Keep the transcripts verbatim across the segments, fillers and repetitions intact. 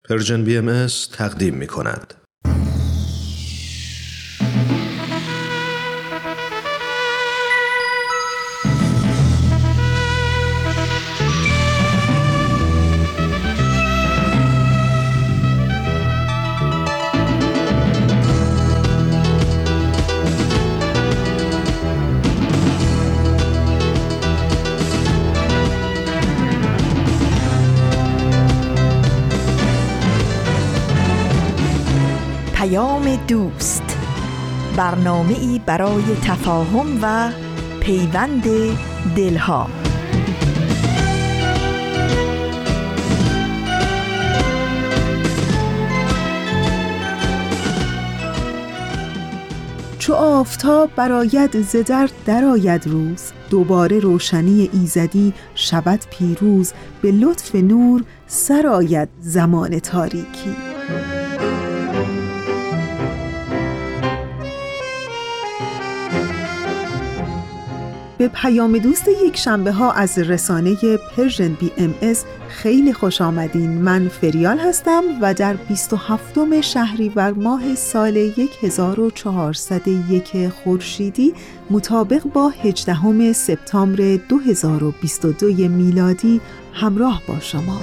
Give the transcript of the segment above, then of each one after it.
پرژن بی ام اس تقدیم می کند. دوست، برنامه‌ای برای تفاهم و پیوند دلها. چو آفتاب برآید ز در درآید روز، دوباره روشنی ایزدی شود پیروز، به لطف نور سرآید زمان تاریکی. به پیام دوست یک شنبه ها از رسانه پرژن بی ام اس خیلی خوش آمدین. من فریال هستم و در بیست و هفتم شهریور ماه سال هزار و چهارصد و یک خورشیدی مطابق با هجدهم سپتامبر دو هزار و بیست و دو میلادی همراه با شما.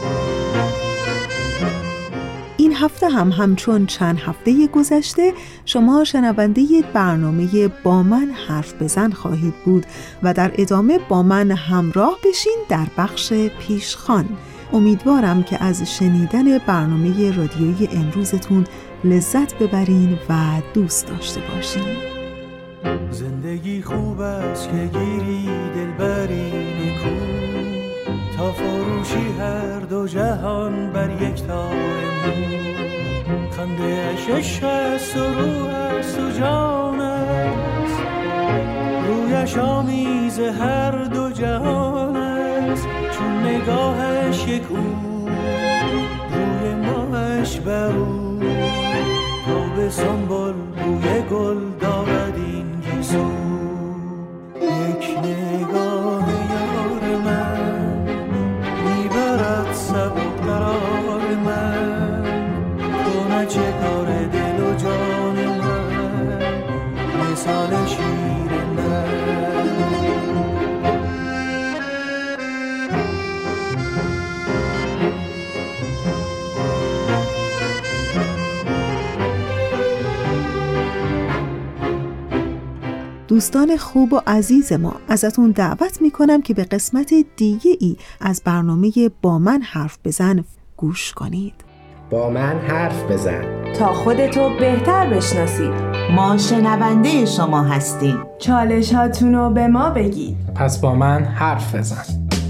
این هفته هم همچون چند هفته گذشته شما شنونده برنامه با من حرف بزن خواهید بود و در ادامه با من همراه بشین در بخش پیشخوان. امیدوارم که از شنیدن برنامه رادیویی امروزتون لذت ببرین و دوست داشته باشین. زندگی خوب است که گیری دلبری نیکو، تا فروشی هر دو جهان بر یک تار مو. خنده اش عشق است و روح است و جان است، رویش آمیز هر دو جهان است. چون نگاهش یک او، روی ماهش بر او، تا به سنبل روی گل دارد این گیسو. یک نگاه یار من میبرد سبک قرار من، کنه چه کار دل و جان من، مثال شیر من. دوستان خوب و عزیز ما، ازتون دعوت میکنم که به قسمت دیگه ای از برنامه با من حرف بزن گوش کنید. با من حرف بزن تا خودتو بهتر بشناسید. ما شنونده شما هستیم. چالش هاتونو به ما بگید. پس با من حرف بزن.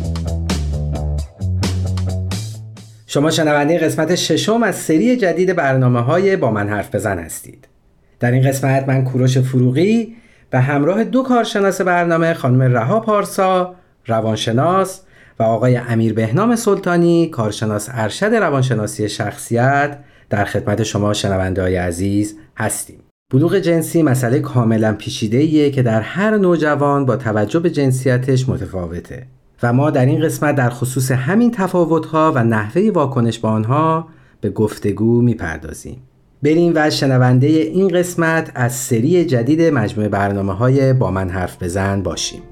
شما شنونده قسمت ششم از سری جدید برنامه‌های با من حرف بزن هستید. در این قسمت من کوروش فروغی به همراه دو کارشناس برنامه، خانم رها پارسا روانشناس و آقای امیر بهنام سلطانی کارشناس ارشد روانشناسی شخصیت در خدمت شما شنونده‌های عزیز هستیم. بلوغ جنسی مسئله کاملا پیچیده‌ایه که در هر نوجوان با توجه به جنسیتش متفاوته و ما در این قسمت در خصوص همین تفاوت‌ها و نحوه واکنش به آنها به گفتگو می‌پردازیم. بریم و شنونده این قسمت از سری جدید مجموعه برنامه‌های با من حرف بزن باشیم.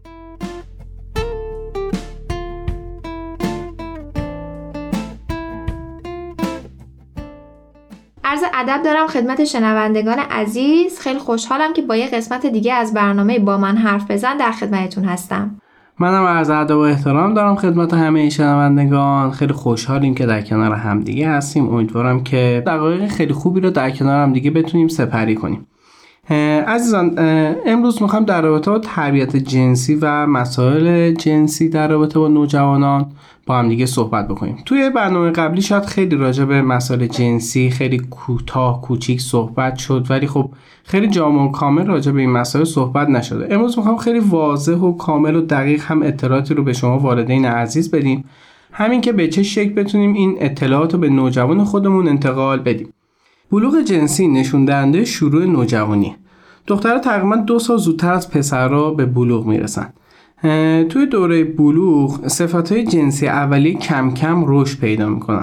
عرض ادب دارم خدمت شنوندگان عزیز. خیلی خوشحالم که با یه قسمت دیگه از برنامه با من حرف بزن در خدمتتون هستم. منم عرض ادب و احترام دارم خدمت همه شنوندگان. خیلی خوشحالیم که در کنار هم دیگه هستیم. امیدوارم که دقایق خیلی خوبی رو در کنار هم دیگه بتونیم سپری کنیم. عزیزان، امروز میخوام در رابطه با تربیت جنسی و مسائل جنسی در رابطه با نوجوانان با هم دیگه صحبت بکنیم. توی برنامه قبلی شاید خیلی راجع به مسائل جنسی خیلی کوتاه کوچیک صحبت شد، ولی خب خیلی جامع و کامل راجع به این مسائل صحبت نشده. امروز میخوام خیلی واضح و کامل و دقیق هم اطلاعاتی رو به شما والدین عزیز بدیم، همین که به چه شکل بتونیم این اطلاعات رو به نوجوان خودمون انتقال بدیم. بلوغ جنسی نشون دهنده شروع نوجوانی. دخترها تقریبا دو سال زودتر از پسرها به بلوغ میرسن. توی دوره بلوغ صفتهای جنسی اولیه کم کم رشد پیدا میکنن.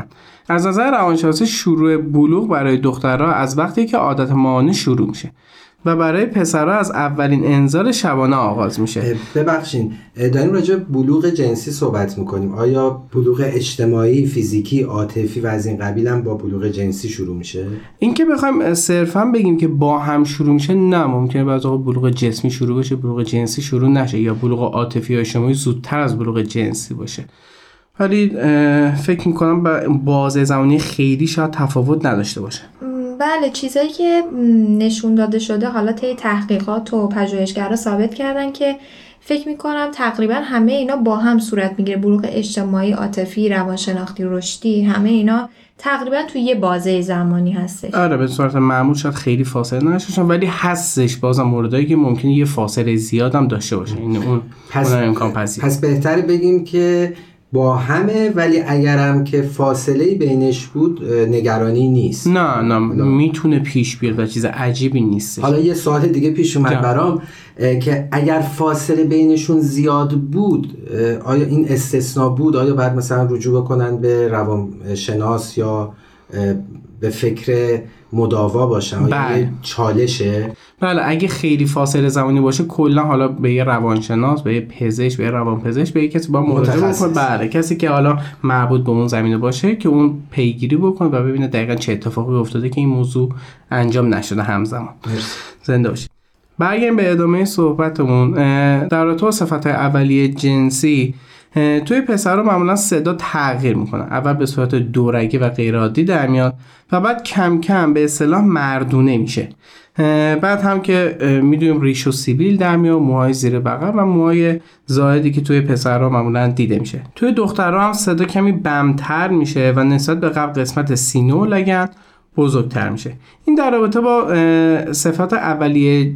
از نظر روانشناسی شروع بلوغ برای دخترها از وقتی که عادت ماهانه شروع میشه و برای پسرها از اولین انزال شبانه آغاز میشه. ببخشید داریم راجع به بلوغ جنسی صحبت میکنیم. آیا بلوغ اجتماعی، فیزیکی، عاطفی و از این قبیل هم با بلوغ جنسی شروع میشه؟ این که بخوایم صرفا بگیم که با هم شروع میشه، نه، ممکنه بعضی وقت بلوغ جسمی شروع بشه، بلوغ جنسی شروع نشه، یا بلوغ عاطفی یا اجتماعی زودتر از بلوغ جنسی باشه. ولی فکر میکنم با بازه زمانی خیلی شاید تفاوت نداشته باشه. بله، چیزایی که نشون داده شده حالا طی تحقیقات و پژوهشگرا ثابت کردن که فکر میکنم تقریبا همه اینا با هم صورت میگیره. بلوغ اجتماعی، عاطفی، روانشناختی، رشدی، همه اینا تقریبا توی یه بازه زمانی هستش. آره، به صورت معمول شاید خیلی فاصله نداشته ولی هستش بازم موردایی که ممکنه یه فاصله زیاد هم داشته باشه. این اون پس اون امکان پذیر. پس بهتره بگیم که با همه، ولی اگرم که فاصله بینش بود نگرانی نیست. نه نه میتونه پیش بیاد و چیز عجیبی نیست. حالا یه سوال دیگه پیش اومد برام که اگر فاصله بینشون زیاد بود، آیا این استثناء بود؟ آیا بعد مثلا رجوع بکنن به روانشناس یا به فکر مداوا باشن؟ آیا بله. چالشه؟ بله، اگه خیلی فاصله زمانی باشه کلا حالا به یه روانشناس، به یه پزشک، به یه روانپزشک، به یه کسی با مراجعه بکنه. بله، کسی که حالا مربوط به اون زمینه باشه که اون پیگیری بکنه و ببینه دقیقاً چه اتفاقی افتاده که این موضوع انجام نشده همزمان. زنده باشید. برگردیم به ادامه صحبتمون. در رابطه با صفت‌های اولیه جنسی، توی پسرها معمولا صدا تغییر میکنه. اول به صورت دورگه و غیر عادی در میاد و بعد کم کم به اصطلاح مردونه میشه. بعد هم که میدونیم ریش و سیبیل در میاد، موهای زیر بغل و موهای زائدی که توی پسرها معمولا دیده میشه. توی دخترها هم صدا کمی بمتر میشه و نسبت به قبل قسمت سینه و لگن بزرگتر میشه. این در رابطه با صفات اولیه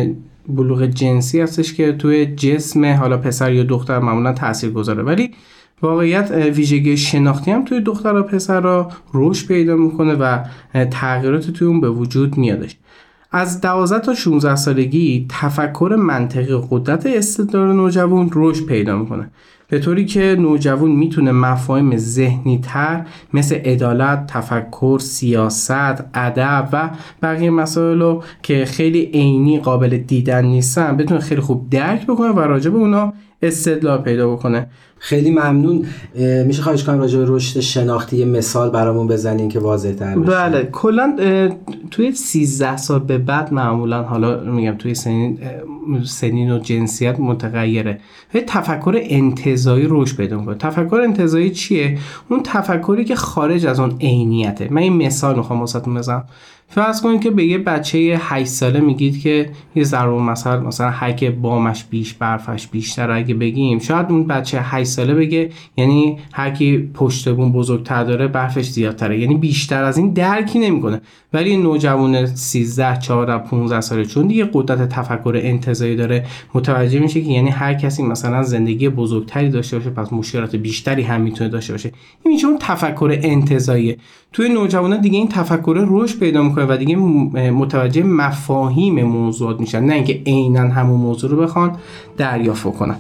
بلوغ جنسی هستش که توی جسم حالا پسر یا دختر معمولا تأثیر گذاره، ولی واقعیت ویژگی شناختی هم توی دختر و پسرها رشد پیدا میکنه و تغییرات توی اون به وجود میادش. از دوازده تا شانزده سالگی تفکر منطقی و قدرت استدلال نوجوان رشد پیدا میکنه، به طوری که نوجوان میتونه مفاهیم ذهنی تر مثل عدالت، تفکر، سیاست، ادب و بقیه مسائل که خیلی عینی قابل دیدن نیستن بتونه خیلی خوب درک بکنه و راجع به اونا استدلال پیدا بکنه. خیلی ممنون. میشه خواهش کنم راجع به رشد شناختی یه مثال برامون بزنین که واضح تر بشه؟ بله، کلا توی سیزده سال به بعد معمولا حالا میگم توی سنین سنین و جنسیت متغیره، تفکر انتزاعی رشد پیدا میکنه. تفکر انتزاعی چیه؟ اون تفکری که خارج از اون عینیته. من این مثال میخوام واسهتون بزنم. فرض کنید که به یه بچه هشت ساله میگید که یه ضرب مثلا مثلا هر که بامش بیش برفش بیشتر، اگه بگیم شاید اون بچه هشت ساله بگه یعنی هر کی پشت بوم بزرگتر داره برفش زیادتره، یعنی بیشتر از این درکی نمیکنه. ولی نوجوان سیزده، چهارده، پانزده ساله چون دیگه قدرت تفکر انتزاعی داره متوجه میشه که یعنی هر کسی مثلا زندگی بزرگتری داشته باشه پس مشکلات بیشتری هم میتونه داشته باشه. این چون تفکر انتزاعیه. توی نوجوانان دیگه این تفکر رشد پیدا میکنه و دیگه متوجه مفاهیم موضوعات میشن، نه اینکه عیناً همون موضوع رو بخوان دریافت کنن.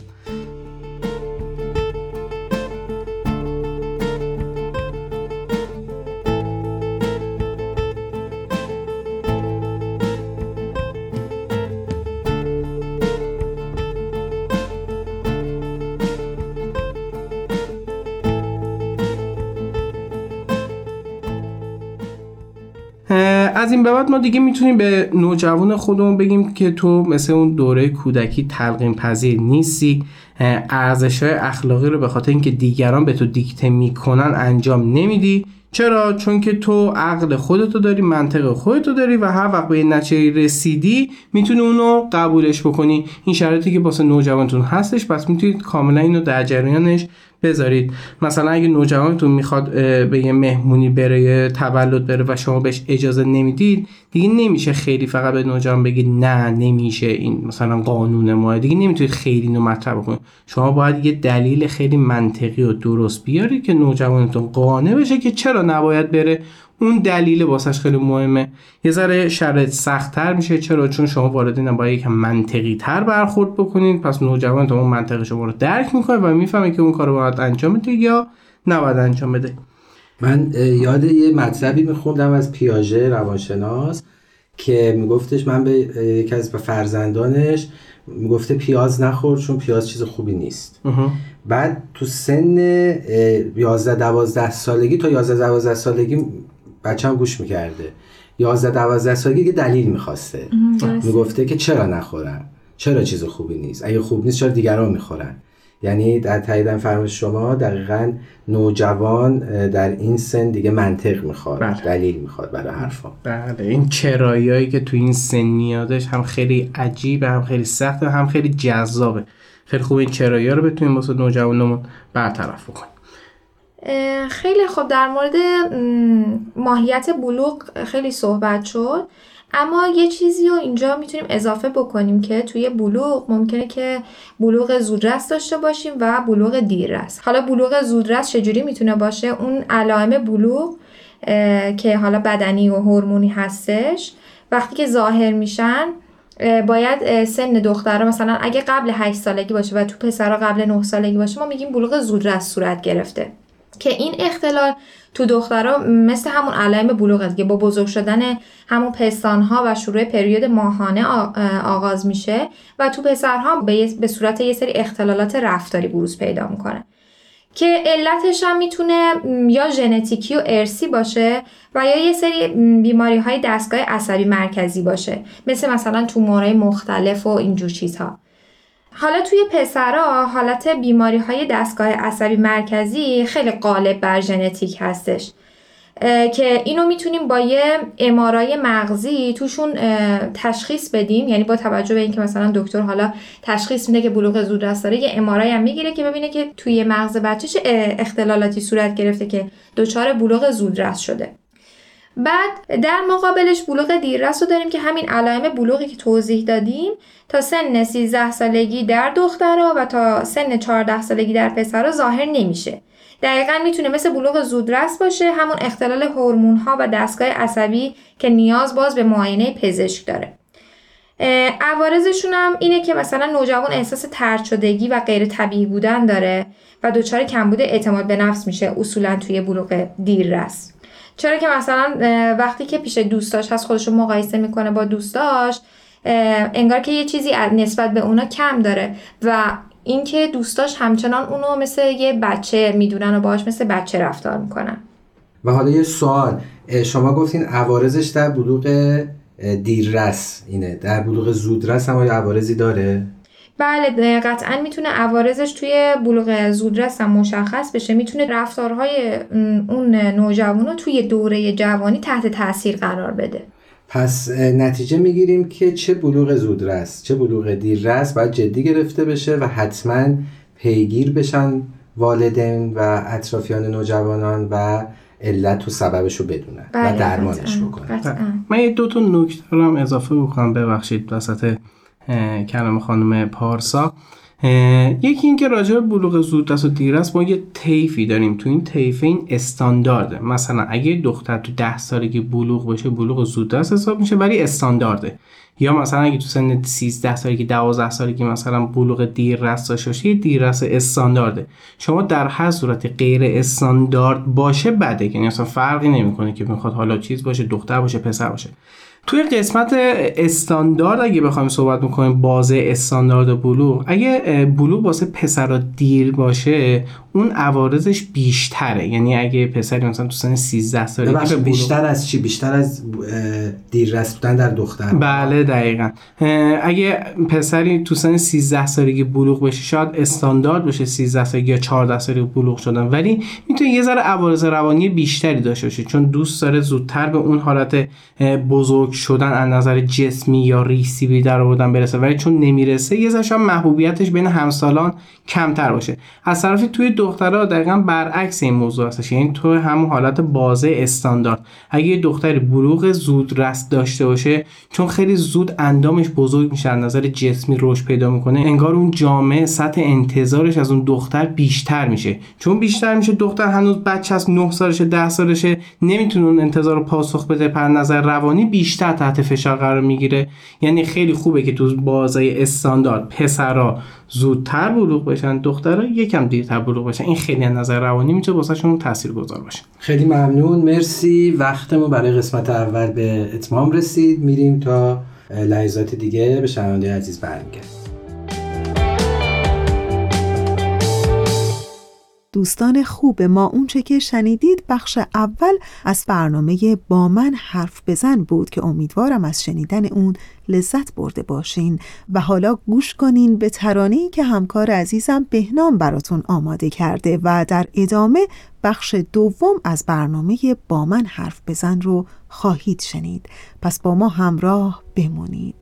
از این به بعد ما دیگه میتونیم به نوجوان خودمون بگیم که تو مثل اون دوره کودکی تلقین پذیر نیستی، ارزش‌های اخلاقی رو به خاطر اینکه دیگران به تو دیکته میکنن انجام نمیدی. چرا؟ چون که تو عقل خودتو داری، منطق خودتو داری و هر وقت به نتیجه رسیدی میتونی اونو قبولش بکنی. این شرایطی که واسه نوجوانتون هستش، پس میتونید کاملا اینو در جریانش بذارید. مثلا اگه نوجوانتون میخواد به یه مهمونی بره، یه تولد بره و شما بهش اجازه نمیدید، دیگه نمیشه خیلی فقط به نوجوان بگید نه نمیشه، این مثلا قانون ما، دیگه نمیتونید خیلی اینو مطرح بکنید. شما باید یه دلیل خیلی منطقی و درست بیارید که نوجوانتون قانع بشه که چرا نباید بره. اون دلیل واسش خیلی مهمه. یه ذره شرایط سخت‌تر میشه. چرا؟ چون شما والدین باید یکم منطقی تر برخورد بکنید، پس نوجوان تو اون منطق شما رو درک میکنه و میفهمه که اون کارو باید انجام بده یا نباید انجام بده. من یاد یه مطلبی میخوندم از پیاژه روانشناس که میگفتش من به یکی از فرزندانش میگفته پیاز نخور چون پیاز چیز خوبی نیست. بعد تو سن یازده دوازده سالگی تا یازده دوازده سالگی بچه‌م گوش میکرده. یازده دوازده سالگی که دلیل میخواسته، میگفته که چرا نخورم، چرا چیز خوبی نیست، اگه خوب نیست چرا دیگران میخورن. یعنی در تایید فرمایش شما دقیقاً نوجوان در این سن دیگه منطق میخواد، بله. دلیل میخواد برای حرفا. بله، این چراییایی که تو این سن میادش هم خیلی عجیبه، هم خیلی سخته، هم خیلی جذابه. خیلی خوب این چرایی‌ها رو بتونیم واسه نوجوانمون برطرف بکنیم. خیلی خوب، در مورد ماهیت بلوغ خیلی صحبت شد، اما یه چیزی رو اینجا میتونیم اضافه بکنیم که توی بلوغ ممکنه که بلوغ زودرس داشته باشیم و بلوغ دیررس. حالا بلوغ زودرس چجوری میتونه باشه؟ اون علائم بلوغ که حالا بدنی و هورمونی هستش وقتی که ظاهر میشن باید سن دخترها مثلا اگه قبل هشت سالگی باشه و تو پسرها قبل نه سالگی باشه ما میگیم بلوغ زودرس صورت گرفته، که این اختلال تو دخترها مثل همون علائم بلوغه دیگه، با بزرگ شدن همون پستانها و شروع پریود ماهانه آغاز میشه و تو پسرها به صورت یه سری اختلالات رفتاری بروز پیدا میکنه که علتش هم میتونه یا ژنتیکی و ارثی باشه و یا یه سری بیماری های دستگاه عصبی مرکزی باشه، مثل مثلا تومورهای مختلف و اینجور چیزها. حالا توی پسرها حالت بیماری های دستگاه عصبی مرکزی خیلی غالب بر ژنتیک هستش که اینو میتونیم با یه ام آر آی مغزی توشون تشخیص بدیم، یعنی با توجه به اینکه مثلا دکتر حالا تشخیص میده که بلوغ زودرس داره، یه ام آر آی هم میگیره که ببینه که توی مغز بچه چه اختلالاتی صورت گرفته که دچار بلوغ زودرس شده. بعد در مقابلش بلوغ دیررس رو داریم که همین علائم بلوغی که توضیح دادیم تا سن سیزده سالگی در دخترها و تا سن چهارده سالگی در پسرها ظاهر نمیشه. دقیقاً میتونه مثل بلوغ زودرس باشه، همون اختلال هورمون‌ها و دستگاه عصبی که نیاز باز به معاینه پزشک داره. عوارضشون هم اینه که مثلا نوجوان احساس طرد شدگی و غیر طبیعی بودن داره و دچار کمبود اعتماد به نفس میشه اصولاً توی بلوغ دیررس. چرا که مثلا وقتی که پیش دوستاش هست خودشو مقایسه میکنه با دوستاش، انگار که یه چیزی نسبت به اونا کم داره و اینکه دوستاش همچنان اونو مثل یه بچه میدونن و باهاش مثل بچه رفتار میکنن. و حالا یه سوال، شما گفتین عوارضش در بلوغ دیررس اینه، در بلوغ زودرس هم آیا عوارضی داره؟ بله قطعا میتونه عوارضش توی بلوغ زودرس هم مشخص بشه، میتونه رفتارهای اون نوجوانو توی دوره جوانی تحت تاثیر قرار بده. پس نتیجه میگیریم که چه بلوغ زودرس چه بلوغ دیررس باید جدی گرفته بشه و حتما پیگیر بشن والدین و اطرافیان نوجوانان و علت و سببش رو بدونن و درمانش بکنن. من یه دو تا نکته رو هم اضافه بکنم، ببخشید وسط کلام خانم پارسا. یکی این که راجع به بلوغ زودرس و دیررس ما یه طیفی داریم، تو این طیف این استاندارده. مثلا اگه دختر تو ده سالگی بلوغ بشه بلوغ زودرس حساب میشه ولی استاندارده، یا مثلا اگه تو سن سیزده سالگی دوازده سالگی مثلا بلوغ دیررس داشته باشه یه دیررس استاندارده. شما در هر صورت غیر استاندارد باشه بده، یعنی اصلا فرقی نمیکنه که میخواد حالا چیز باشه دختر باشه پسر باشه. توی قسمت استاندارد اگه بخوایم صحبت میکنیم بازه استاندارد بلوغ، اگه بلوغ واسه پسرا دیر باشه اون عوارضش بیشتره، یعنی اگه پسری مثلا تو سن سیزده سالگی به بلوغ بیشتر از چی؟ بیشتر از دیررس بودن در دختر. بله دقیقاً. اگه پسری تو سن سیزده سالگی بلوغ بشه شاید استاندارد بشه سیزده سالگی یا چهارده سالگی بلوغ شدن، ولی میتونه یه ذره عوارض روانی بیشتری داشته باشه چون دوست داره زودتر به اون حالت بزرگ شدن از نظر جسمی یا ریسیبی در آوردن برسه، ولی چون نمیرسه یه ذره محبوبیتش بین همسالان کمتر باشه. از طرفی توی دخترها دقیقاً برعکس این موضوع هستش، یعنی تو همون حالت بازه استاندارد اگه یه دختری بلوغ زودرس داشته باشه چون خیلی زود اندامش بزرگ میشه از نظر جسمی رشد پیدا میکنه، انگار اون جامعه سطح انتظارش از اون دختر بیشتر میشه. چون بیشتر میشه دختر هنوز بچه است، نه سالشه ده سالشه، نمیتونه اون انتظار رو پاسخ بده، پر نظر روانی بیشتر بیشتر تحت فشار قرار میگیره. یعنی خیلی خوبه که تو بازای استاندارد پسرا زودتر بلوغ بشن، دخترا یکم دیرتر بلوغ بشن. این خیلی از نظر روانی میتونه واسهشون تاثیرگذار باشه. خیلی ممنون، مرسی. وقتمون برای قسمت اول به اتمام رسید. میریم تا لحظات دیگه به شنونده عزیز برمیگردیم. دوستان خوب ما، اونچه که شنیدید بخش اول از برنامه با من حرف بزن بود که امیدوارم از شنیدن اون لذت برده باشین و حالا گوش کنین به ترانه‌ای که همکار عزیزم بهنام براتون آماده کرده و در ادامه بخش دوم از برنامه با من حرف بزن رو خواهید شنید. پس با ما همراه بمونید.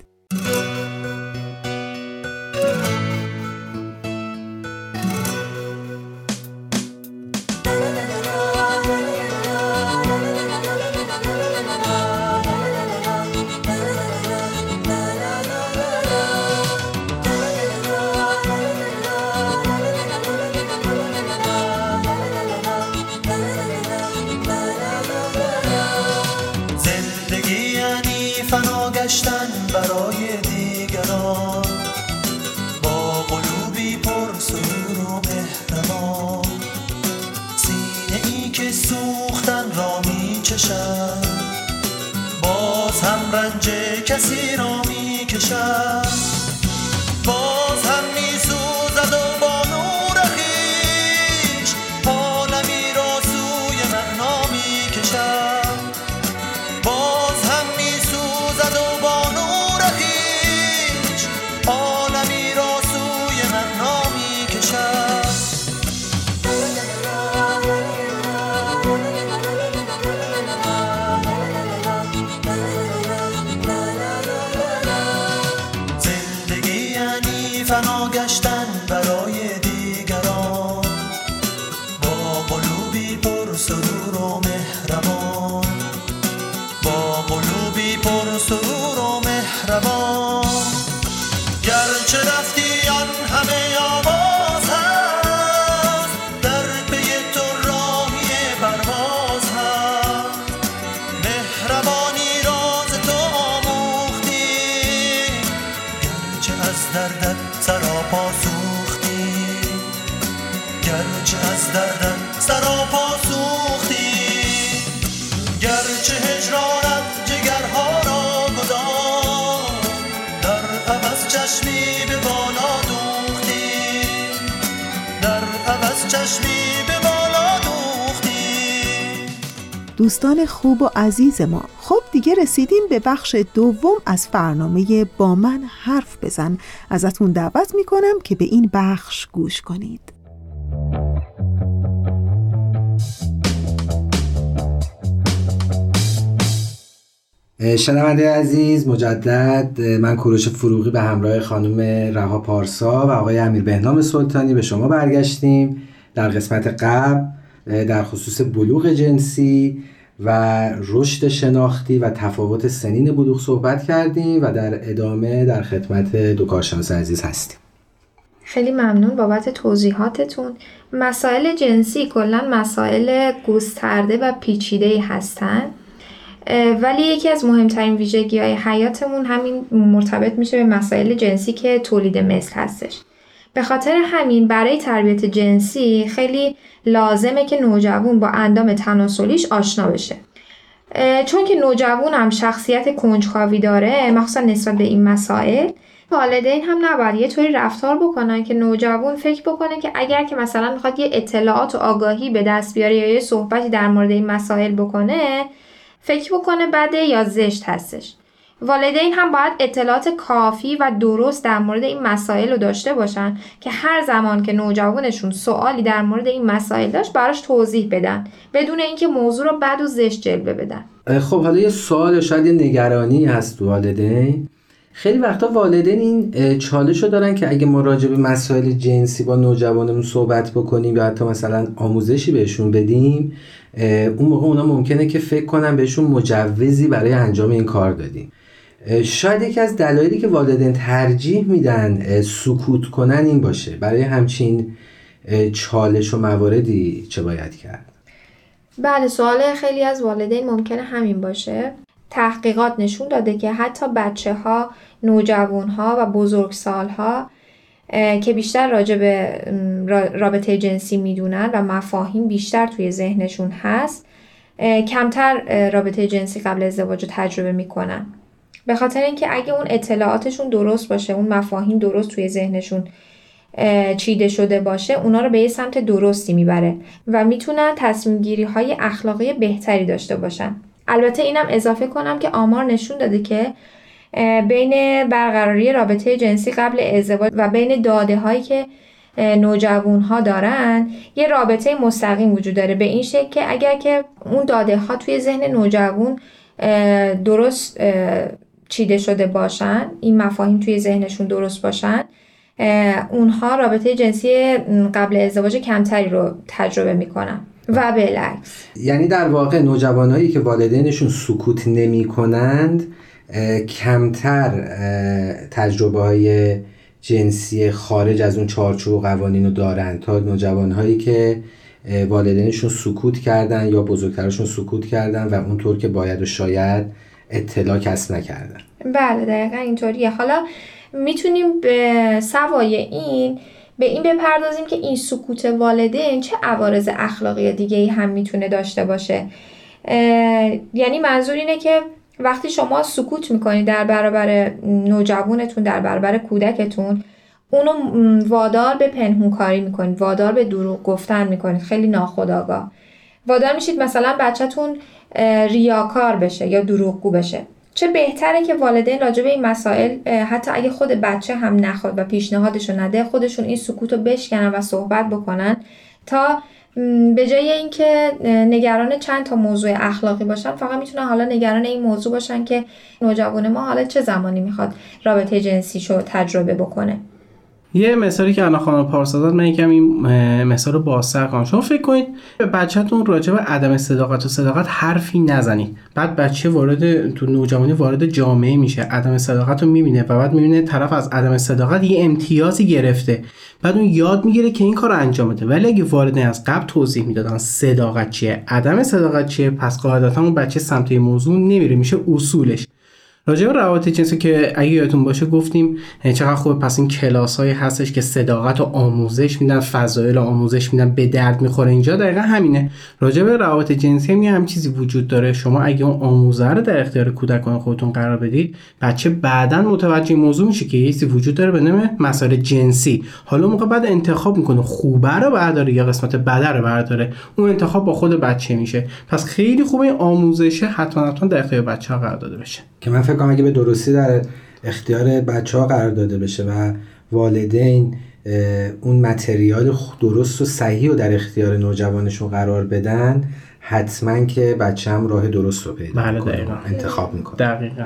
برای دیگران با قلوبی پر سرور و مهربان، سینه ای که سوختن را می چشد، باز هم رنج کسی را می کشد، باز هم می سوزد و با نور خویش عالمی را سوی معنا می کشد، باز هم می سوزد و با فنا گشتن برای دیگران با قلوبی پر سرور و مهربان، با قلوبی پر سرور و مهربان. گرچه رفتی آن همه آواز هست، در پی تو راهی پرواز هست، مهربانی راز تو آموختی، گرچه از دردت سراپا سوختی، گرچه از دردت سراپا سوختی، گرچه هجرانت جگرها را گداخت، در عوض چشمی به بالا دوختی، در عوض چشمی به بالا دوختی. دوستان خوب و عزیز ما، خب دیگه رسیدیم به بخش دوم از برنامه با من حرف بزن. ازتون دعوت میکنم که به این بخش گوش کنید. شنونده عزیز، مجدد من کوروش فروغی به همراه خانم رها پارسا و آقای امیر بهنام سلطانی به شما برگشتیم. در قسمت قبل در خصوص بلوغ جنسی و رشد شناختی و تفاوت سنین بلوغ صحبت کردیم و در ادامه در خدمت دو کارشناس عزیز هستیم. خیلی ممنون بابت توضیحاتتون. مسائل جنسی کلاً مسائل گسترده و پیچیده‌ای هستن، ولی یکی از مهمترین ویژگی‌های حیاتمون همین مرتبط میشه به مسائل جنسی که تولید مثل هستش. به خاطر همین برای تربیت جنسی خیلی لازمه که نوجوان با اندام تناسلیش آشنا بشه. چون که نوجوان هم شخصیت کنجکاوی داره، مخصوصا نسبت به این مسائل، والدین هم نباید یه طوری رفتار بکنن که نوجوان فکر بکنه که اگر که مثلا میخواد یه اطلاعات و آگاهی به دست بیاره یا یه صحبتی در مورد این مسائل بکنه، فکر بکنه بده یا زشت هستش. والدین هم باید اطلاعات کافی و درست در مورد این مسائل رو داشته باشن که هر زمان که نوجوانشون سوالی در مورد این مسائل داشت براش توضیح بدن، بدون اینکه موضوع رو بد و زشت جلوه بدن. خب حالا یه سوال، شاید یه نگرانی هست تو والدین. خیلی وقتا والدین این چالش رو دارن که اگه ما راجع به مسائل جنسی با نوجوانمون صحبت بکنیم یا حتی مثلا آموزشی بهشون بدیم، اون موقع اونا ممکنه که فکر کنن بهشون مجوزی برای انجام این کار دادیم. شاید یکی از دلایلی که والدین ترجیح میدن سکوت کنن این باشه. برای همچین چالش و مواردی چه باید کرد؟ بله، سوال خیلی از والدین ممکنه همین باشه. تحقیقات نشون داده که حتی بچه ها، نوجوان ها و بزرگسال ها که بیشتر راجع به رابطه جنسی میدونن و مفاهیم بیشتر توی ذهنشون هست، کمتر رابطه جنسی قبل ازدواج رو تجربه میکنن. به خاطر اینکه اگه اون اطلاعاتشون درست باشه، اون مفاهیم درست توی ذهنشون چیده شده باشه، اونا رو به یه سمت درستی میبره و میتونن تصمیم گیری های اخلاقی بهتری داشته باشن. البته اینم اضافه کنم که آمار نشون داده که بین برقراری رابطه جنسی قبل ازدواج و بین داده هایی که نوجوان ها دارن یه رابطه مستقیم وجود داره، به این شکل که اگر که اون داده ها توی ذهن نوجوان درست چیده شده باشن، این مفاهیم توی ذهنشون درست باشن، اونها رابطه جنسی قبل ازدواج کمتری رو تجربه میکنن و بالعکس. یعنی در واقع نوجوانایی که والدینشون سکوت نمی کنند کمتر تجربه های جنسی خارج از اون چارچوب و قوانین رو دارن تا نوجوانهایی که والدینشون سکوت کردن یا بزرگترشون سکوت کردن و اونطور که باید و شاید اطلاع کسب نکردن. بله دقیقا اینطوریه. حالا میتونیم به سوای این به این بپردازیم که این سکوت والدین چه عوارض اخلاقی دیگه‌ای هم میتونه داشته باشه. یعنی منظور اینه که وقتی شما سکوت میکنید در برابر نوجوانتون، در برابر کودکتون، اونو وادار به پنهون کاری میکنید، وادار به دروغ گفتن میکنید، خیلی ناخودآگاه وادار میشید مثلا بچه‌تون ریاکار بشه یا دروغگو بشه. چه بهتره که والدین راجع به این مسائل حتی اگه خود بچه هم نخواد و پیشنهادشو نده، خودشون این سکوتو بشکنن و صحبت بکنن تا به جای اینکه نگران چند تا موضوع اخلاقی باشن، فقط میتونن حالا نگران این موضوع باشن که نوجوان ما حالا چه زمانی میخواد رابطه جنسیشو تجربه بکنه. یه مثالی که الان خانم پارسا داد، من یکم این مثال رو بازتر کنم. شما فکر کنید به بچه‌تون راجع به عدم صداقت و صداقت حرفی نزنید، بعد بچه وارد تو نوجوانی وارد جامعه میشه، عدم صداقت رو میبینه و بعد میبینه طرف از عدم صداقت یه امتیازی گرفته، بعد اون یاد میگیره که این کارو انجام بده. ولی اگه والدین از قبل توضیح میدادن صداقت چیه، عدم صداقت چیه، پس قاعدتا اون بچه سمت موضوع نمیره، میشه اصولش. راجع به روابط جنسی که اگه یادتون باشه گفتیم چقدر خوبه، پس این کلاس‌هایی هستش که صداقت و آموزش میدن، فضایل و آموزش میدن، به درد میخوره. اینجا دقیقا همینه. راجع به روابط جنسی هم یه هم چیزی وجود داره. شما اگه اون آموزه رو در اختیار کودکان خودتون قرار بدید، بچه بعداً متوجه موضوع میشه که یه چیزی وجود داره به نام مسائل جنسی. حالا موقع بعد انتخاب میکنه خوبه رو برداره یا قسمت بده رو برداره، اون انتخاب با خود بچه میشه. پس خیلی خوبه این آموزش حتما حتما در اختیار بچه‌ها قرار داده بشه، که من فکر کنم اگه به درستی در اختیار بچه‌ها قرار داده بشه و والدین اون متریال درست و صحیح رو در اختیار نوجوانشون قرار بدن، حتما که بچه هم راه درست رو پیدا بله میکنه، دقیقا. انتخاب میکنه. دقیقا.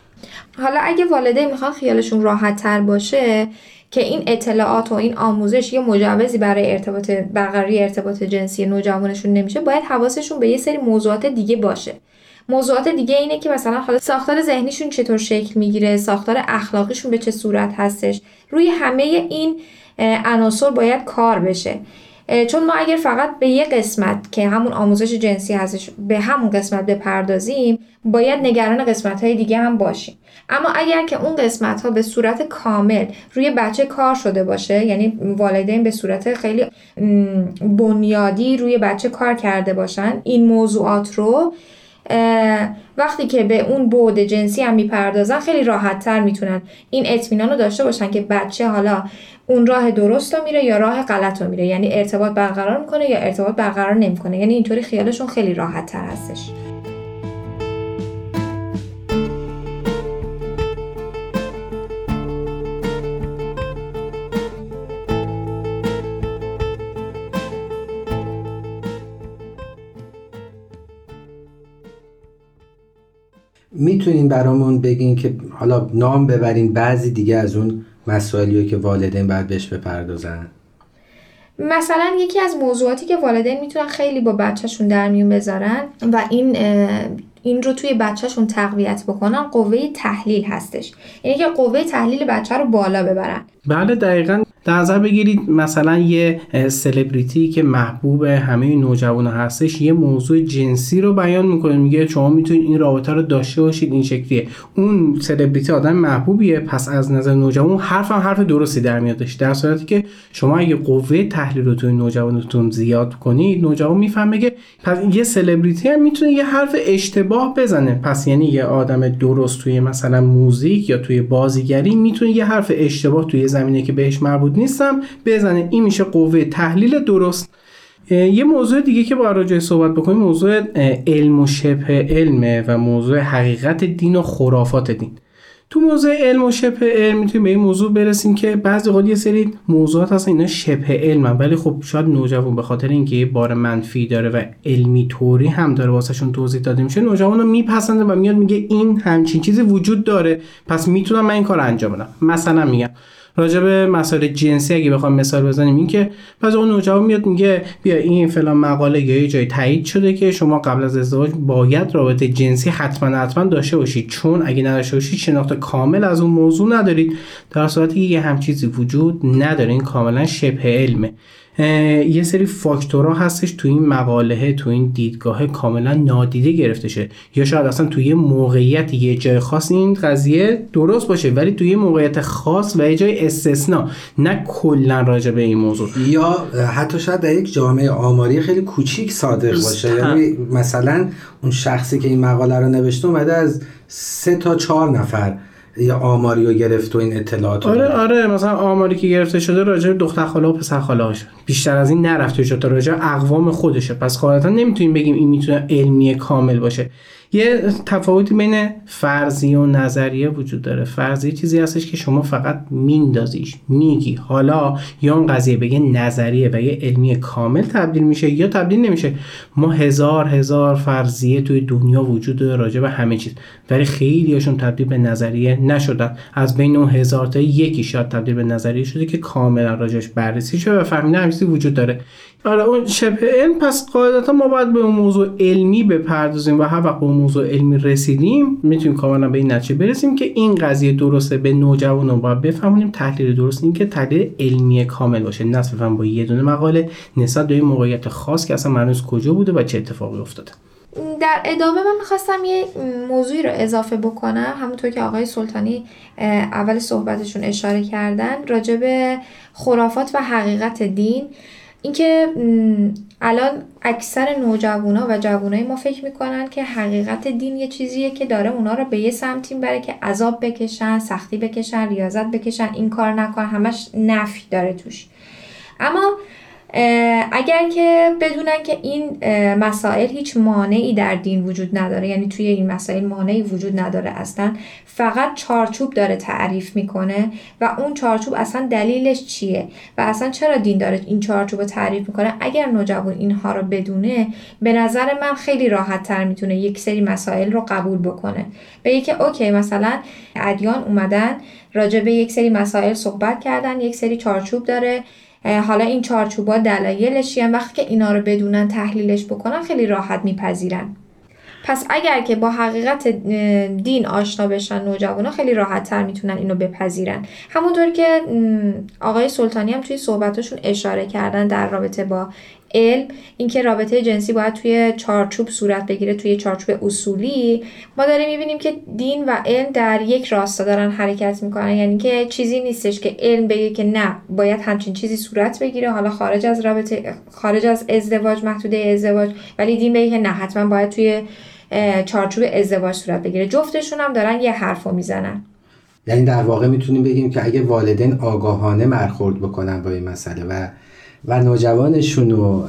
حالا اگه والدین میخوان خیالشون راحت تر باشه که این اطلاعات و این آموزش یه مجوزی برای ارتباط برقراری ارتباط جنسی نوجوانشون نمیشه، باید حواسشون به یه سری موضوعات دیگه باشه. موضوعات دیگه اینه که مثلا حالا ساختار ذهنیشون چطور شکل میگیره، ساختار اخلاقیشون به چه صورت هستش. روی همه این عناصر باید کار بشه، چون ما اگر فقط به یه قسمت که همون آموزش جنسی هستش به همون قسمت بپردازیم، باید نگران قسمت‌های دیگه هم باشیم. اما اگر که اون قسمت‌ها به صورت کامل روی بچه کار شده باشه، یعنی والدین به صورت خیلی بنیادی روی بچه کار کرده باشن، این موضوعات رو وقتی که به اون بعد جنسی هم میپردازن خیلی راحت تر میتونن این اطمینان رو داشته باشن که بچه حالا اون راه درست رو میره یا راه غلط رو میره، یعنی ارتباط برقرار میکنه یا ارتباط برقرار نمیکنه. یعنی اینطوری خیالشون خیلی راحت تر هستش. میتونین برامون بگین که حالا نام ببرین بعضی دیگه از اون مسائلی که والدین باید بهش بپردازن؟ مثلا یکی از موضوعاتی که والدین میتونن خیلی با بچهشون در میون بذارن و این این رو توی بچهشون تقویت بکنن، قوه تحلیل هستش. یعنی که قوه تحلیل بچه رو بالا ببرن. بله دقیقاً. در نظر بگیرید مثلا یه سلبریتی که محبوب همه نوجوانا هستش یه موضوع جنسی رو بیان میکنه، میگه شما میتونید این رابطه رو داشته باشید، این شکلیه. اون سلبریتی آدم محبوبیه، پس از نظر نوجوان حرفم حرف درستی در میادش. در صورتی که شما اگه قوه تحلیل رو توی نوجوانتون زیاد کنید، نوجوان میفهمه که پس یه سلبریتی هم میتونه یه حرف اشتباه بزنه، پس یعنی یه آدم درست توی مثلا موزیک یا توی بازیگری میتونه یه حرف اشتباه توی زمینه که بهش مربوط نیستم بزنه. این میشه قوه تحلیل درست. یه موضوع دیگه که باید راجعش صحبت بکنیم موضوع علم و شبه علمه و موضوع حقیقت دین و خرافات دین. تو موضوع علم و شبه علم میتونیم به این موضوع برسیم که بعضی وقت یه سری موضوعات هستن اینا شبه علمن، ولی خب شاید نوجوان به خاطر اینکه یه بار منفی داره و علمی طوری هم داره واسهشون توضیح داده میشه، نوجوان رو میپسنده و میاد میگه این همچین چیزی وجود داره پس میتونم من این کار انجام بدم. مثلا میگم راجع به مسائل جنسی اگه بخوام مثال بزنیم این که بعضی اون نوجوان میاد میگه بیا این فلان مقاله یا یه جای تایید شده که شما قبل از ازدواج باید رابطه جنسی حتما حتما داشته باشید، چون اگه نداشته باشید شناخت کامل از اون موضوع ندارید، در صورتی که یه هم چیزی وجود نداره. این کاملا شبه علمه. یه سری فاکتورها هستش تو این مقاله، تو این دیدگاه کاملا نادیده گرفته شه، یا شاید اصلا توی یه موقعیت یه جای خاص این قضیه درست باشه ولی توی یه موقعیت خاص و یه جای استثنا، نه کلا راجع به این موضوع، یا حتی شاید در یک جامعه آماری خیلی کوچیک صادق باشه. یعنی مثلا اون شخصی که این مقاله رو نوشته اومده از سه تا چهار نفر یا آماری رو گرفت و این اطلاعات. آره آره مثلا آماری که گرفته شده راجع به دختر خاله و پسر خاله هاشه، بیشتر از این نرفته شده، راجع به اقوام خودشه. پس غالبا نمیتونیم بگیم این میتونه علمی کامل باشه. یه تفاوتی بین فرضی و نظریه وجود داره. فرضی چیزی هستش که شما فقط میندازیش میگی، حالا یا اون قضیه به یه نظریه و یه علمی کامل تبدیل میشه یا تبدیل نمیشه. ما هزار هزار فرضیه توی دنیا وجود داره راجع به همه چیز، ولی خیلی هاشون تبدیل به نظریه نشدن. از بین اون هزار تا یکی شاید تبدیل به نظریه شده که کاملا راجعش بررسی شده و فهمیده همین چیزی وجود داره. آره اون شبه علم. پس قاعدتا ما باید به اون موضوع علمی بپردازیم و هر وقت به اون موضوع علمی رسیدیم میتونیم کاملا به این نتیجه برسیم که این قضیه درسته. به نوجوانان باید بفهمونیم تحلیل درست این که تحلیل علمی کامل باشه، نه صرفا با یه دونه مقاله نسبت به این موقعیت خاص که اصلا معلوم کجا بوده و چه اتفاقی افتاده. در ادامه من میخواستم یه موضوعی رو اضافه بکنم، همونطور که آقای سلطانی اول صحبتشون اشاره کردن راجع به خرافات و حقیقت دین. اینکه الان اکثر نوجوانا و جوانای ما فکر میکنن که حقیقت دین یه چیزیه که داره اونا رو به یه سمتی میبره که عذاب بکشن، سختی بکشن، ریاضت بکشن، این کار نکن، همش نفی داره توش. اما اگر که بدونن که این مسائل هیچ مانعی در دین وجود نداره، یعنی توی این مسائل مانعی وجود نداره، اصلا فقط چارچوب داره تعریف میکنه و اون چارچوب اصلا دلیلش چیه و اصلا چرا دین داره این چارچوب رو تعریف میکنه، اگر نوجوان اینها رو بدونه به نظر من خیلی راحت تر میتونه یک سری مسائل رو قبول بکنه. بگه که اوکی مثلا ادیان اومدن راجع به یک سری مسائل صحبت کردن، یک سری چارچوب داره، حالا این چارچوبا دلایلش چیه، وقتی که اینا رو بدونن تحلیلش بکنن خیلی راحت میپذیرن. پس اگر که با حقیقت دین آشنا بشن نوجوانا خیلی راحت تر میتونن اینو بپذیرن. همونطور که آقای سلطانی هم توی صحبتاشون اشاره کردن در رابطه با علم، اینکه رابطه جنسی باید توی چارچوب صورت بگیره، توی چارچوب اصولی، ما داریم میبینیم که دین و علم در یک راستا دارن حرکت میکنن. یعنی که چیزی نیستش که علم بگه که نه باید همچین چیزی صورت بگیره حالا خارج از رابطه، خارج از ازدواج، محدوده ازدواج، ولی دین بگه که نه حتما باید توی چارچوب ازدواج صورت بگیره. جفتشون هم دارن یه حرفو میزنن. یعنی در واقع میتونیم بگیم که اگه والدین آگاهانه برخورد بکنن با این مسئله و و نوجوانشون رو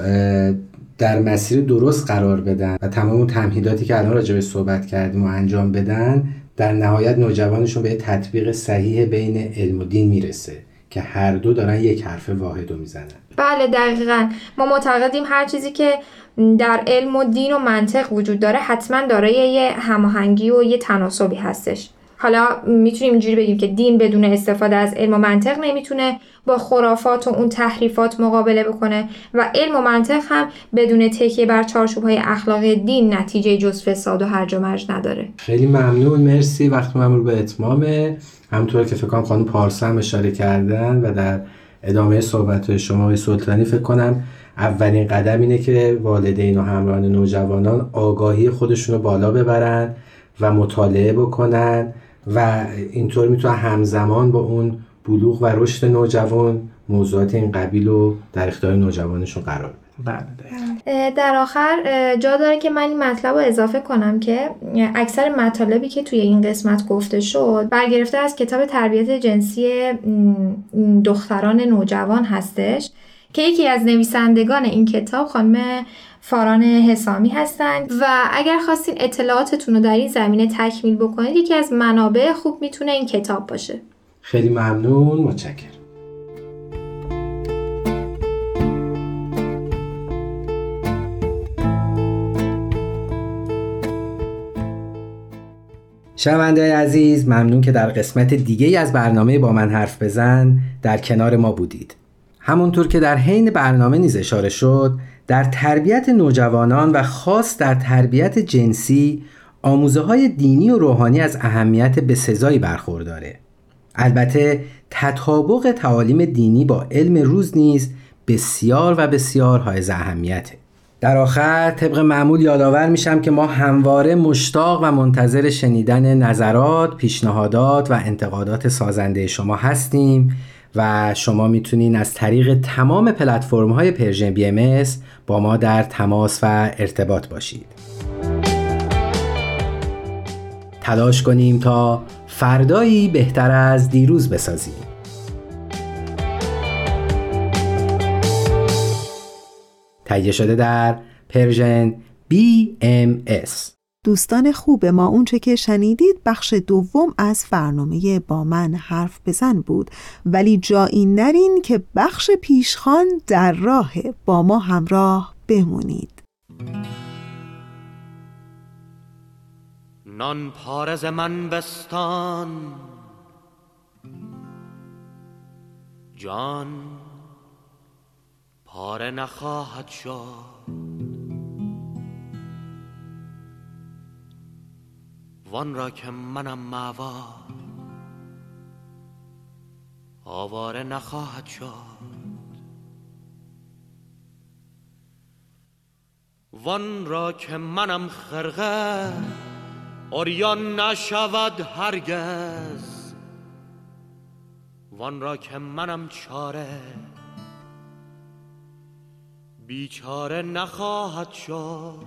در مسیر درست قرار بدن و تمام اون تمهیداتی که الان راجع به صحبت کردیم و انجام بدن، در نهایت نوجوانشون به تطبیق صحیح بین علم و دین میرسه که هر دو دارن یک حرف واحد رو میزنن. بله دقیقاً. ما معتقدیم هر چیزی که در علم و دین و منطق وجود داره حتما دارای یه هماهنگی و یه تناسبی هستش. حالا میتونیم اینجوری بگیم که دین بدون استفاده از علم و منطق نمیتونه با خرافات و اون تحریفات مقابله بکنه و علم و منطق هم بدون تکیه بر چارچوب‌های اخلاقی دین نتیجه جز فساد و هرج و مرج نداره. خیلی ممنون، مرسی. وقت من رو به اتمامه. همونطور که فکر کنم خانم پارسا هم اشاره کردن و در ادامه صحبت شما آقای سلطانی فکر کنم اولین قدم اینه که والدین و همراهان نوجوانان آگاهی خودشون رو بالا ببرن و مطالعه بکنن و اینطور میتونن همزمان با اون بلوغ و رشد نوجوان موضوعات این قبیل رو در اختیار نوجوانشون قرار بدن. در آخر جا داره که من این مطلب رو اضافه کنم که اکثر مطالبی که توی این قسمت گفته شد برگرفته از کتاب تربیت جنسی دختران نوجوان هستش که یکی از نویسندگان این کتاب خانم فاران حسامی هستند و اگر خواستین اطلاعاتتون رو در این زمینه تکمیل بکنید یکی از منابع خوب میتونه این کتاب باشه. خیلی ممنون، متشکرم. شنونده‌های عزیز، ممنون که در قسمت دیگه از برنامه با من حرف بزن در کنار ما بودید. همونطور که در حین برنامه نیز اشاره شد، در تربیت نوجوانان و خاص در تربیت جنسی آموزه‌های دینی و روحانی از اهمیت بسزایی برخورداره. البته تطابق تعالیم دینی با علم روز نیز بسیار و بسیار حائز اهمیته. در آخر طبق معمول یادآور میشم که ما همواره مشتاق و منتظر شنیدن نظرات، پیشنهادات و انتقادات سازنده شما هستیم و شما میتونین از طریق تمام پلتفرم‌های پرژن بی ام اس با ما در تماس و ارتباط باشید. تلاش کنیم تا فردایی بهتر از دیروز بسازیم. تهیه شده در پرژن بی ام اس. دوستان خوب ما، اونچه که شنیدید بخش دوم از برنامه با من حرف بزن بود، ولی جایی نرین که بخش پیشخوان در راه، با ما همراه بمونید. نان پارز من بستان جان پاره نخواهد شد، وان را که منم ماوا آواره نخواهد شد، وان را که منم خرقه عریان نشود هرگز، وان را که منم چاره بیچاره نخواهد شد.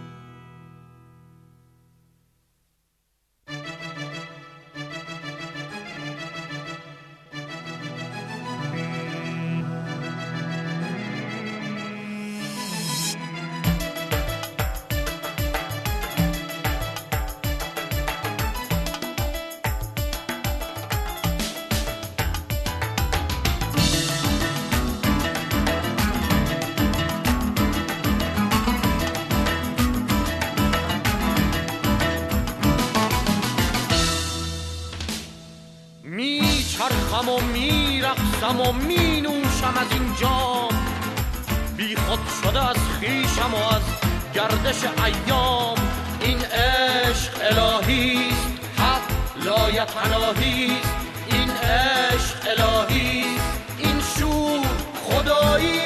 میچرخم و میرقصم و مینوشم از این جام، بی خود شده از خیشم و از گردش ایام. این عشق الهیست، حق لایتناهیست، این عشق الهیست، این شور خدایی.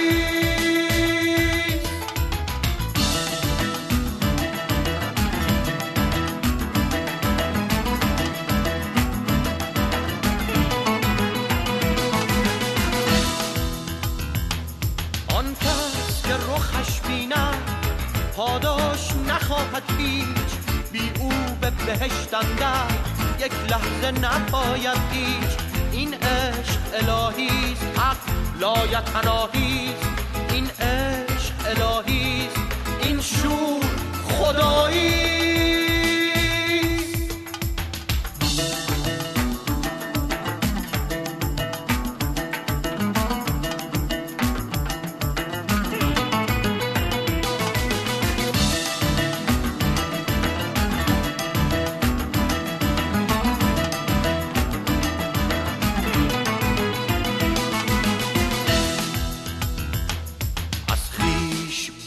پاداش نخواهد هیچ، بی او به بهشت اندر یک لحظه نباید هیچ. این عشق الهیست، حق لایتناهیست، این عشق الهیست، این شور خدایی.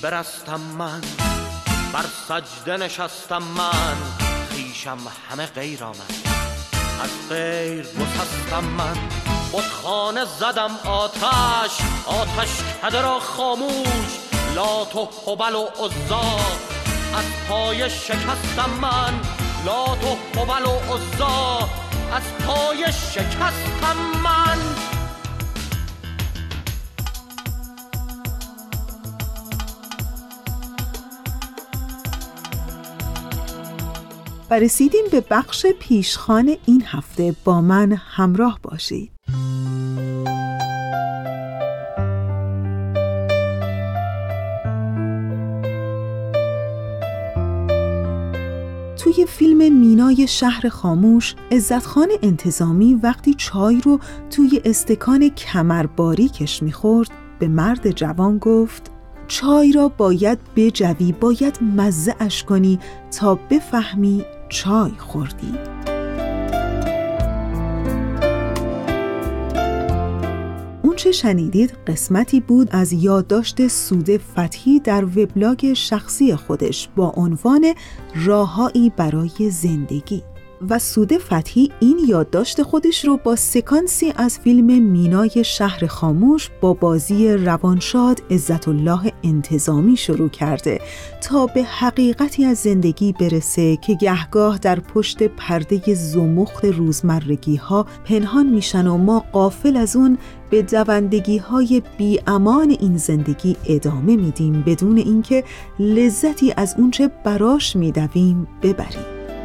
برستم من، بر سجده نشستم من، خویشم همه غیر آمد، از غیر گسستم من. بتخانه زدم آتش، آتش کده را خاموش، لات و هبل و عزا از پای شکستم من، لات و هبل و عزا از پای شکستم من. و رسیدیم به بخش پیشخوان این هفته. با من همراه باشید. توی فیلم مینای شهر خاموش، عزتخان انتظامی وقتی چای رو توی استکان کمرباریکش میخورد، به مرد جوان گفت چای را باید بجوی، باید مزه اش کنی تا بفهمی چای خوردی. اون چه شنیدید قسمتی بود از یادداشت سوده فتحی در وبلاگ شخصی خودش با عنوان راههایی برای زندگی. و سوده فتحی این یادداشت خودش رو با سکانسی از فیلم مینای شهر خاموش با بازی روانشاد عزتالله انتظامی شروع کرده تا به حقیقتی از زندگی برسه که گهگاه در پشت پرده زمخت روزمرگی ها پنهان میشن و ما غافل از اون به دوندگی های بی امان این زندگی ادامه میدیم بدون اینکه لذتی از اونچه براش میدویم ببریم.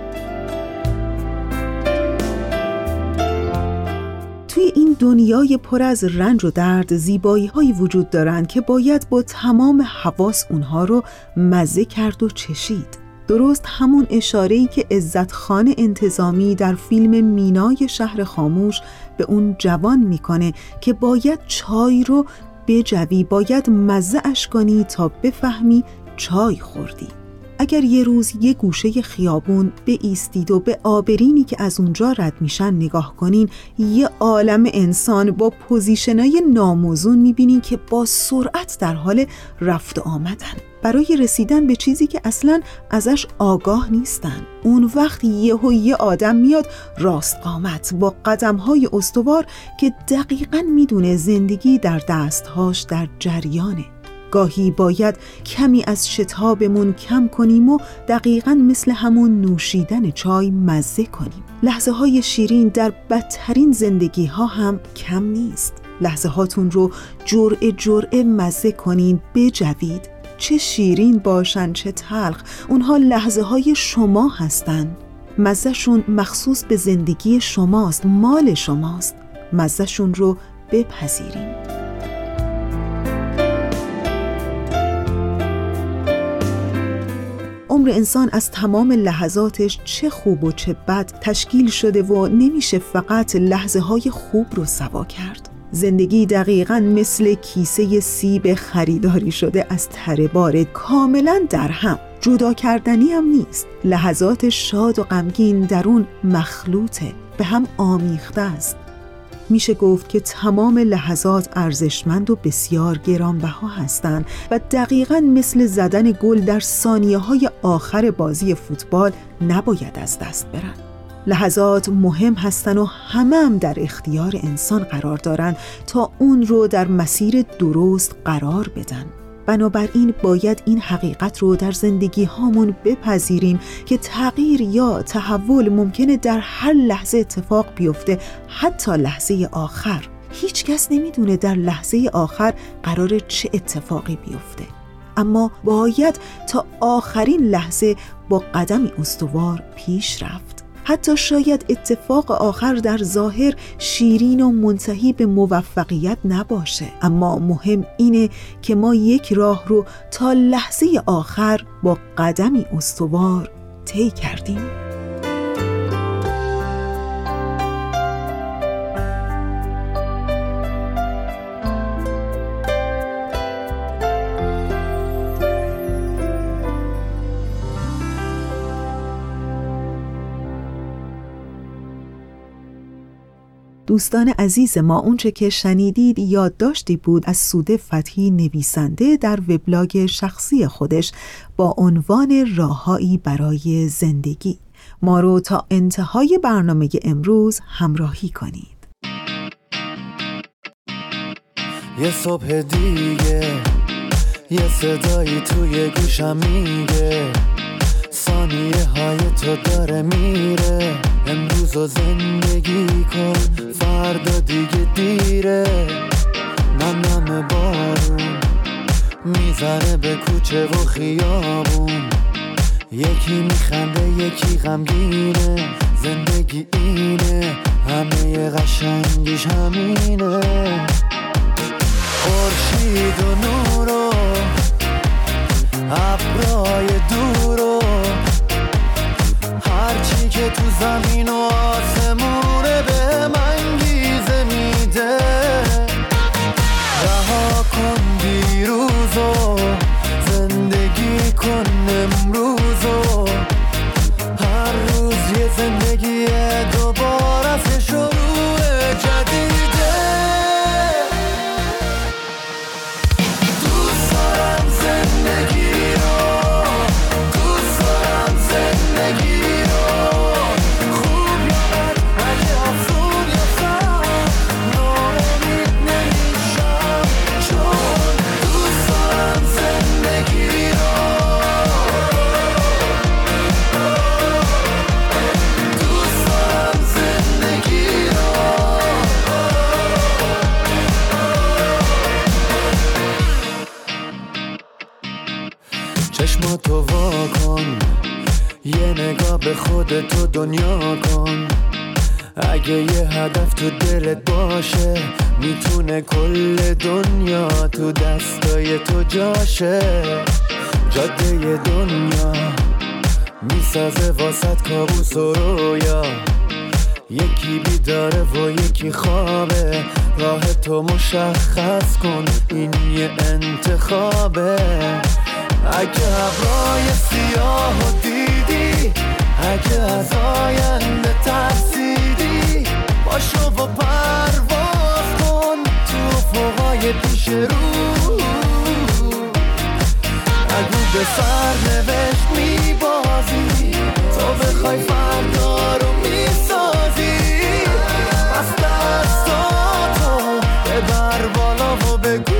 توی این دنیای پر از رنج و درد زیبایی هایی وجود دارند که باید با تمام حواس اونها رو مزه کرد و چشید. درست همون اشاره‌ای که عزتخان انتظامی در فیلم مینای شهر خاموش به اون جوان میکنه که باید چای رو بجوی، باید مزه اش کنی تا بفهمی چای خوردی. اگر یه روز یه گوشه خیابون بایستید و به آبرینی که از اونجا رد میشن نگاه کنین، یه عالم انسان با پوزیشنای ناموزون میبینین که با سرعت در حال رفت و آمدن برای رسیدن به چیزی که اصلاً ازش آگاه نیستن. اون وقت یهو یه آدم میاد راست قامت با قدمهای استوار که دقیقاً میدونه زندگی در دستهاش در جریانه. گاهی باید کمی از شتابمون کم کنیم و دقیقاً مثل همون نوشیدن چای مزه کنیم. لحظه های شیرین در بدترین زندگی ها هم کم نیست. لحظه هاتون رو جرعه جرعه مزه کنین، بجوید. چه شیرین باشن چه تلخ، اونها لحظه های شما هستن. مزهشون مخصوص به زندگی شماست، مال شماست. مزهشون رو بپذیریم. عمر انسان از تمام لحظاتش چه خوب و چه بد تشکیل شده و نمیشه فقط لحظه های خوب رو سوا کرد. زندگی دقیقاً مثل کیسه سیب خریداری شده از تره بار، کاملاً در هم، جدا کردنی هم نیست. لحظات شاد و غمگین در اون مخلوطه، به هم آمیخته است. میشه گفت که تمام لحظات ارزشمند و بسیار گرانبها هستند و دقیقاً مثل زدن گل در ثانیه‌های آخر بازی فوتبال نباید از دست برن. لحظات مهم هستن و همه هم در اختیار انسان قرار دارن تا اون رو در مسیر درست قرار بدن. بنابراین باید این حقیقت رو در زندگی هامون بپذیریم که تغییر یا تحول ممکنه در هر لحظه اتفاق بیفته، حتی لحظه آخر. هیچ کس نمیدونه در لحظه آخر قراره چه اتفاقی بیفته، اما باید تا آخرین لحظه با قدمی استوار پیش رفت. حتی شاید اتفاق آخر در ظاهر شیرین و منتهی به موفقیت نباشه، اما مهم اینه که ما یک راه رو تا لحظه آخر با قدمی استوار طی کردیم. دوستان عزیز ما، اونچه که شنیدید یادداشتی بود از سوده فتحی، نویسنده در وبلاگ شخصی خودش با عنوان راههایی برای زندگی. ما رو تا انتهای برنامه امروز همراهی کنید. یه صبح دیگه یه صدایی توی گوشم میگه ثانیه های تو داره میره، امروز رو زندگی کن فردا دیگه دیره. نم نم بارون میزنه به کوچه و خیابون، یکی میخنده یکی غمگینه، زندگی اینه همه قشنگیش همینه. خورشید و نور و ابرای دور و هرچی که تو زمین و آسمونه به من گیزه میده. رها کن دیروز و زندگی کن امروز و هر روز یه زندگی دوباره از شروع جدیده. دوست دارم زندگی رو، دوست دارم زندگی رو، خوب یا بد، اگه آسون یا سخت، ناامید نمیشم چون دوست دارم زندگی رو، دوست دارم زندگی رو. چشماتو وا کن، یه نگاه به خودت و دنیا کن، اگه یه هدف تو دلت باشه میتونه کل دنیا تو دستای تو جاشه. جاده دنیا میسازه واسط کابوس و رویا، یکی بیداره و یکی خوابه، راه تو مشخص کن این یه انتخابه. اگه ابرای سیاه دیدی، اگه از آینده ترسیدی، باشو و پرواز کن تو افقای پیش رو. اگه به سرنوشت میبازی، تو بخوای فردا رو میسازی، پس دستاتو ببر بالا و بگو.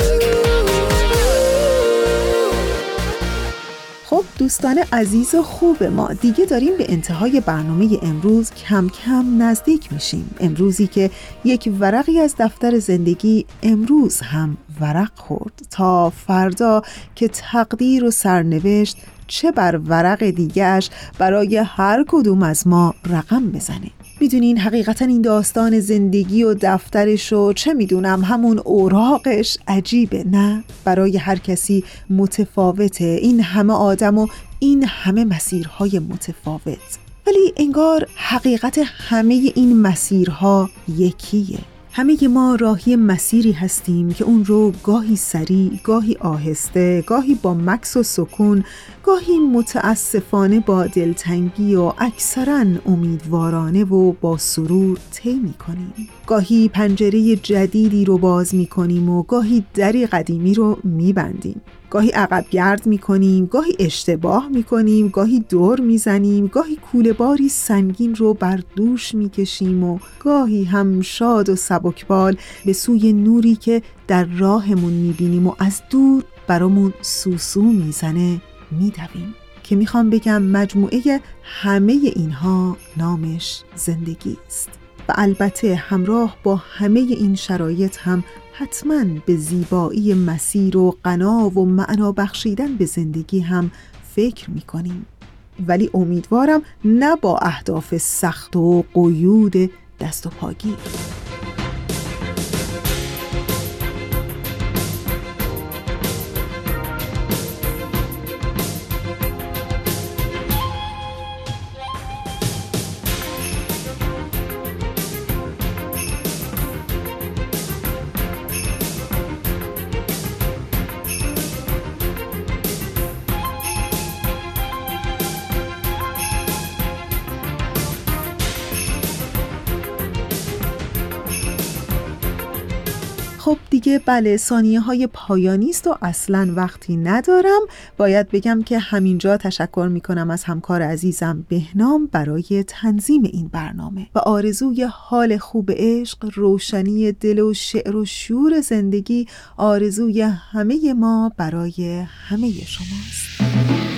خب دوستان عزیز و خوب ما، دیگه داریم به انتهای برنامه امروز کم کم نزدیک میشیم. امروزی که یک ورقی از دفتر زندگی امروز هم ورق خورد، تا فردا که تقدیر و سرنوشت چه بر ورق دیگهش برای هر کدوم از ما رقم بزنه. میدونین حقیقتا این داستان زندگی و دفترش و چه میدونم همون اوراقش عجیبه، نه؟ برای هر کسی متفاوته، این همه آدم و این همه مسیرهای متفاوت، ولی انگار حقیقت همه این مسیرها یکیه. همه ما راهی مسیری هستیم که اون رو گاهی سریع، گاهی آهسته، گاهی با مکث و سکون، گاهی متاسفانه با دلتنگی و اکثراً امیدوارانه و با سرور طی می‌کنیم. گاهی پنجره جدیدی رو باز می‌کنیم و گاهی دری قدیمی رو می‌بندیم. گاهی عقب گرد می‌کنیم، گاهی اشتباه می‌کنیم، گاهی دور می‌زنیم، گاهی کوله باری سنگین رو بر دوش می‌کشیم و گاهی هم شاد و سبکبال به سوی نوری که در راهمون می‌بینیم و از دور برامون سوسو میزنه میدویم. که میخوام بگم مجموعه همه اینها نامش زندگی است و البته همراه با همه این شرایط هم حتما به زیبایی مسیر و غنا و معنا بخشیدن به زندگی هم فکر میکنیم، ولی امیدوارم نه با اهداف سخت و قیود دست و پاگیر. خب دیگه بله، ثانیه های پایانی است و اصلا وقتی ندارم. باید بگم که همینجا تشکر میکنم از همکار عزیزم بهنام برای تنظیم این برنامه و آرزوی حال خوب عشق، روشنی دل و شعر و شور زندگی آرزوی همه ما برای همه شماست.